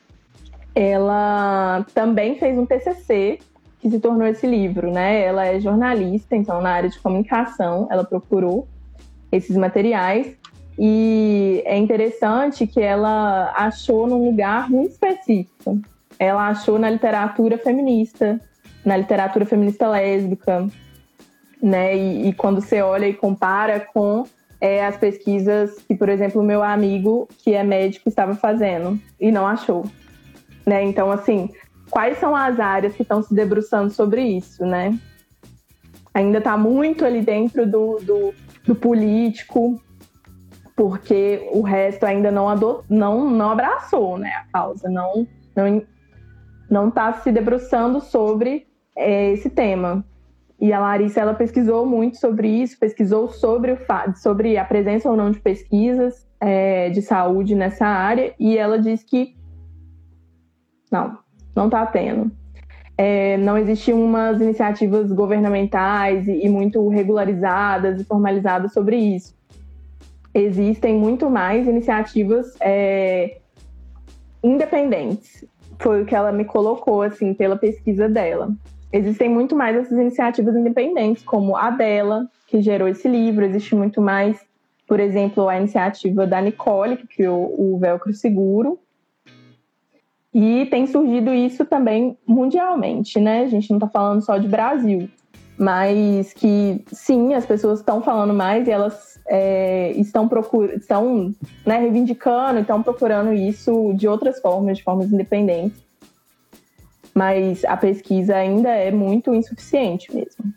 Ela também fez um TCC que se tornou esse livro, né? Ela é jornalista, então na área de comunicação, ela procurou esses materiais e é interessante que ela achou num lugar muito específico. Ela achou na literatura feminista lésbica, né? E quando você olha e compara com as pesquisas que, por exemplo, o meu amigo, que é médico, estava fazendo e não achou, né? Então, assim, quais são as áreas que estão se debruçando sobre isso, né? Ainda está muito ali dentro do político, porque o resto ainda não abraçou, né, a causa, não está se debruçando sobre esse tema. E a Larissa, ela pesquisou muito sobre isso, pesquisou sobre a presença ou não de pesquisas de saúde nessa área, e ela diz que não está tendo. Não existiam umas iniciativas governamentais e muito regularizadas e formalizadas sobre isso. Existem muito mais iniciativas independentes. Foi o que ela me colocou, assim, pela pesquisa dela. Existem muito mais essas iniciativas independentes, como a dela, que gerou esse livro. Existe muito mais, por exemplo, a iniciativa da Nicole, que criou o Velcro Seguro. E tem surgido isso também mundialmente, né? A gente não está falando só de Brasil, mas que, sim, as pessoas estão falando mais e elas estão né, reivindicando, estão procurando isso de outras formas, de formas independentes. Mas a pesquisa ainda é muito insuficiente mesmo.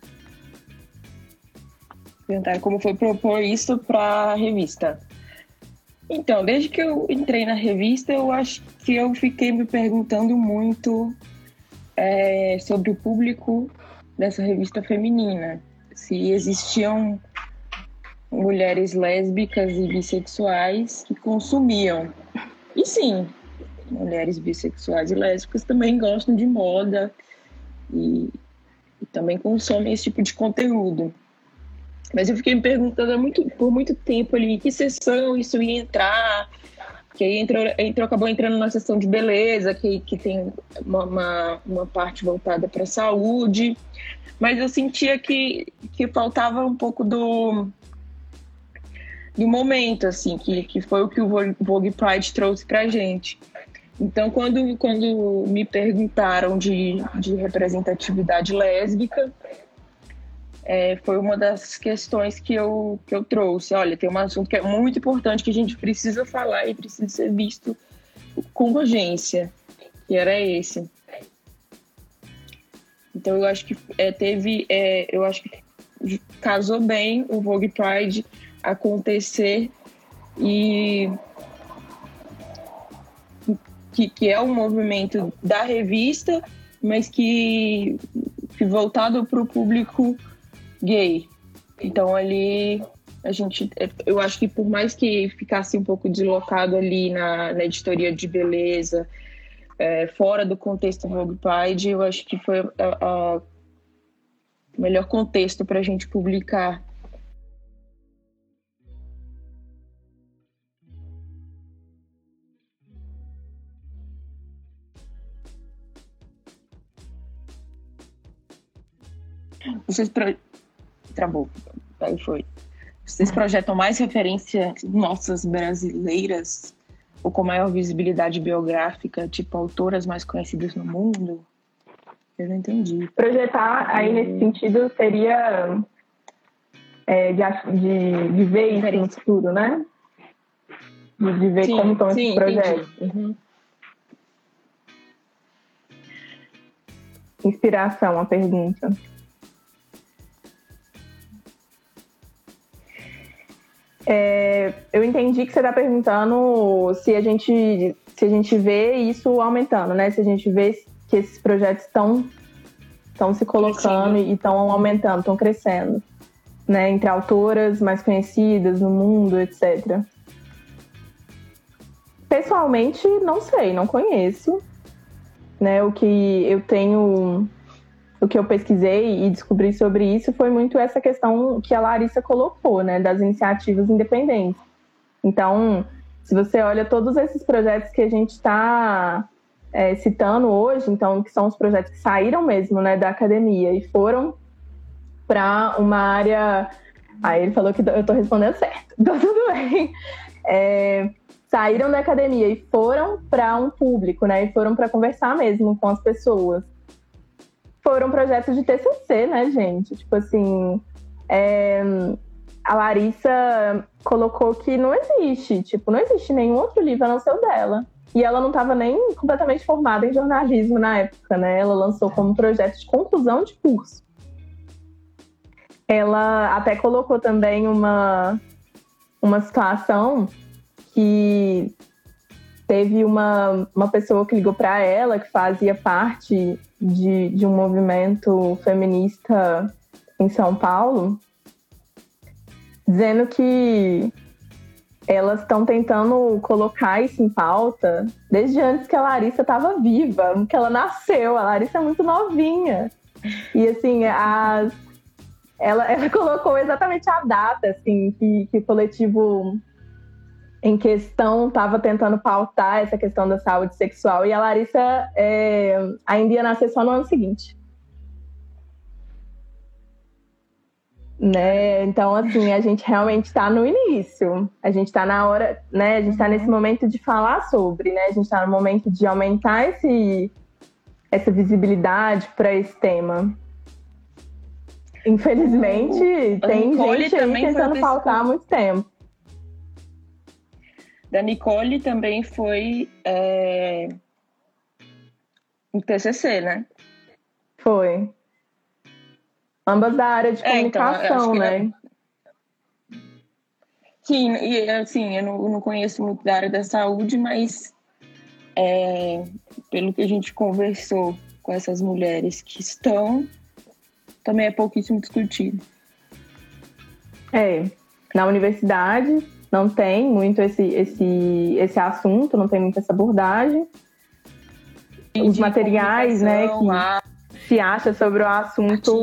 Perguntar como foi propor isso para a revista. Então, desde que eu entrei na revista, eu acho que eu fiquei me perguntando muito sobre o público dessa revista feminina. Se existiam mulheres lésbicas e bissexuais que consumiam. E sim, mulheres bissexuais e lésbicas também gostam de moda e também consomem esse tipo de conteúdo. Mas eu fiquei me perguntando por muito tempo ali em que seção isso ia entrar, Que aí acabou entrando na questão de beleza, que tem uma parte voltada para a saúde, mas eu sentia que faltava um pouco do momento, assim, que foi o que o Vogue Pride trouxe para a gente. Então, quando me perguntaram de representatividade lésbica, foi uma das questões que eu trouxe. Olha, tem um assunto que é muito importante, que a gente precisa falar e precisa ser visto com urgência, que era esse. Então, eu acho que eu acho que casou bem o Vogue Pride acontecer e que é um movimento da revista, mas que voltado para o público gay. Então ali eu acho que por mais que ficasse um pouco deslocado ali na editoria de beleza, fora do contexto Vogue Pride, eu acho que foi o melhor contexto para a gente publicar. Travou. Aí foi. Vocês projetam mais referências nossas brasileiras ou com maior visibilidade biográfica, tipo autoras mais conhecidas no mundo? Eu não entendi. Projetar aí nesse sentido seria de ver isso no futuro, né? De ver como estão esses projetos. Uhum. Inspiração, a pergunta. Eu entendi que você está perguntando se a gente vê isso aumentando, né? Se a gente vê que esses projetos estão se colocando e estão aumentando, estão crescendo, né? Entre autoras mais conhecidas no mundo, etc. Pessoalmente, não sei, não conheço, né? O que eu pesquisei e descobri sobre isso foi muito essa questão que a Larissa colocou, né, das iniciativas independentes. Então, se você olha todos esses projetos que a gente está citando hoje, então, que são os projetos que saíram mesmo, né, da academia e foram para uma área... Aí ele falou que eu estou respondendo certo, então tudo bem. Saíram da academia e foram para um público, né, e foram para conversar mesmo com as pessoas. Foram projetos de TCC, né, gente? Tipo assim, a Larissa colocou que não existe nenhum outro livro a não ser o dela. E ela não estava nem completamente formada em jornalismo na época, né? Ela lançou como projeto de conclusão de curso. Ela até colocou também uma situação que teve uma pessoa que ligou para ela, que fazia parte de um movimento feminista em São Paulo, dizendo que elas estão tentando colocar isso em pauta desde antes que a Larissa estava viva, que ela nasceu. A Larissa é muito novinha. E, assim, ela colocou exatamente a data, assim, que o coletivo em questão estava tentando pautar essa questão da saúde sexual, e a Larissa ainda ia nascer só no ano seguinte. Né? Então, assim, a gente realmente está no início. A gente está na hora, né? A gente está nesse momento de falar sobre, né? A gente está no momento de aumentar essa visibilidade para esse tema. Infelizmente, tem gente aí tentando pautar há muito tempo. Da Nicole também foi um TCC, né? Foi. Ambas da área de comunicação, então, né? Sim, e assim, eu não conheço muito da área da saúde, mas pelo que a gente conversou com essas mulheres que estão, também é pouquíssimo discutido. Na universidade não tem muito esse assunto, não tem muito essa abordagem. Os materiais, né, que se acha sobre o assunto...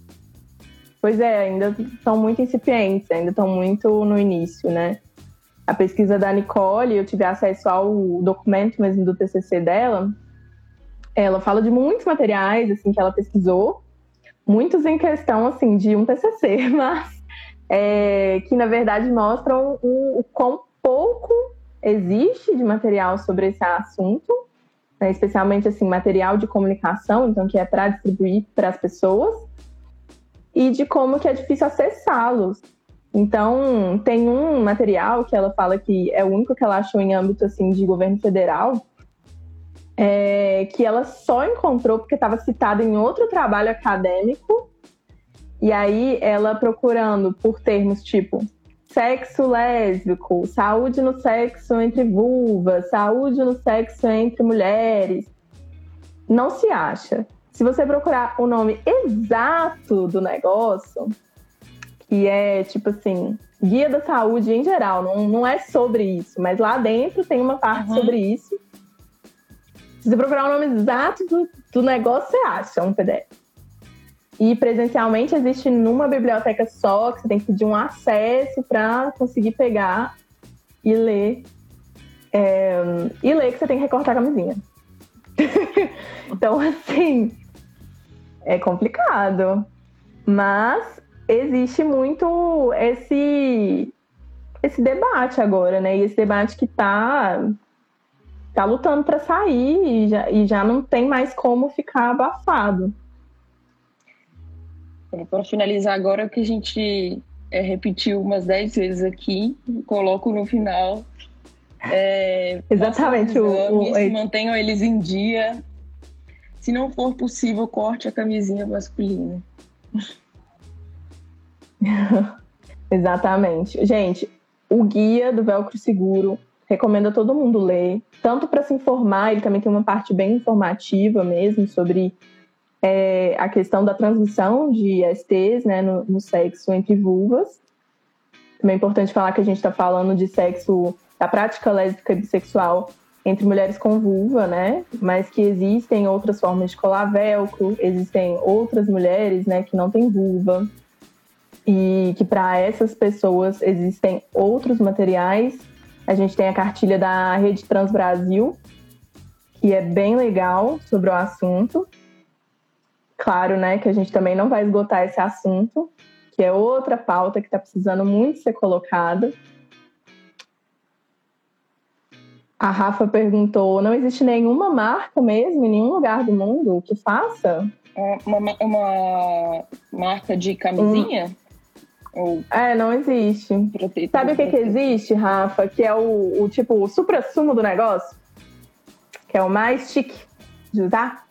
Pois ainda estão muito incipientes, ainda estão muito no início, né? a pesquisa da Nicole, eu tive acesso ao documento mesmo do TCC dela. Ela fala de muitos materiais assim que ela pesquisou, muitos em questão assim de um TCC, mas que na verdade mostram o quão pouco existe de material sobre esse assunto, né, especialmente assim material de comunicação, então que é para distribuir para as pessoas, e de como que é difícil acessá-los. Então tem um material que ela fala que é o único que ela achou em âmbito assim de governo federal, que ela só encontrou porque estava citado em outro trabalho acadêmico. E aí, ela procurando por termos tipo sexo lésbico, saúde no sexo entre vulvas, saúde no sexo entre mulheres, não se acha. Se você procurar o nome exato do negócio, que é tipo assim, Guia da Saúde em geral, não é sobre isso, mas lá dentro tem uma parte sobre isso. Se você procurar o nome exato do negócio, você acha um PDF. E presencialmente existe numa biblioteca só, que você tem que pedir um acesso para conseguir pegar e ler. E ler que você tem que recortar a camisinha. Então, assim, é complicado. Mas existe muito esse debate agora, né? E esse debate que tá lutando para sair e já não tem mais como ficar abafado. Para finalizar agora, o que a gente repetiu umas 10 vezes aqui, coloco no final. Exatamente. Mantenham eles em dia. Se não for possível, corte a camisinha masculina. Exatamente. Gente, o guia do Velcro Seguro, recomendo a todo mundo ler, tanto para se informar, ele também tem uma parte bem informativa mesmo sobre a questão da transmissão de STs, né, no sexo entre vulvas. Também é importante falar que a gente está falando de sexo, da prática lésbica e bissexual entre mulheres com vulva, né, mas que existem outras formas de colar velcro, existem outras mulheres, né, que não têm vulva, e que para essas pessoas existem outros materiais. A gente tem a cartilha da Rede Trans Brasil, que é bem legal sobre o assunto. Claro, né, que a gente também não vai esgotar esse assunto, que é outra pauta que está precisando muito ser colocada. A Rafa perguntou, não existe nenhuma marca mesmo, em nenhum lugar do mundo que faça? Uma marca de camisinha? Não existe. Sabe o que existe, Rafa? Que é o tipo, o supra-sumo do negócio? Que é o mais chique de usar?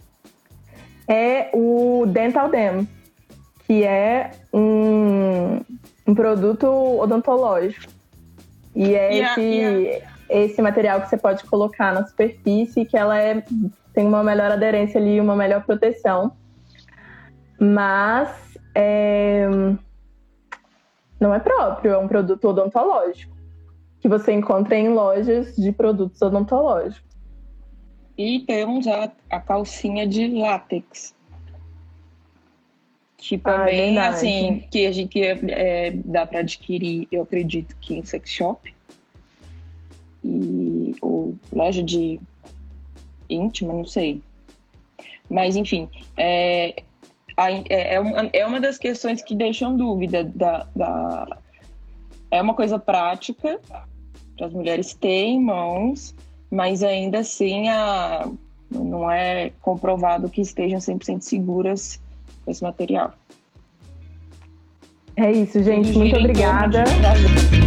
É o Dental Dam, que é um produto odontológico. E é esse material que você pode colocar na superfície, que ela tem uma melhor aderência ali, uma melhor proteção. Mas não é próprio, é um produto odontológico, que você encontra em lojas de produtos odontológicos. E temos a calcinha de látex, que também, assim, que a gente dá para adquirir, eu acredito que em sex shop ou loja de íntima, não sei. Mas, enfim, é uma das questões que deixam dúvida. É uma coisa prática para as mulheres terem em mãos, mas ainda assim não é comprovado que estejam 100% seguras com esse material. É isso, gente. Muito obrigada.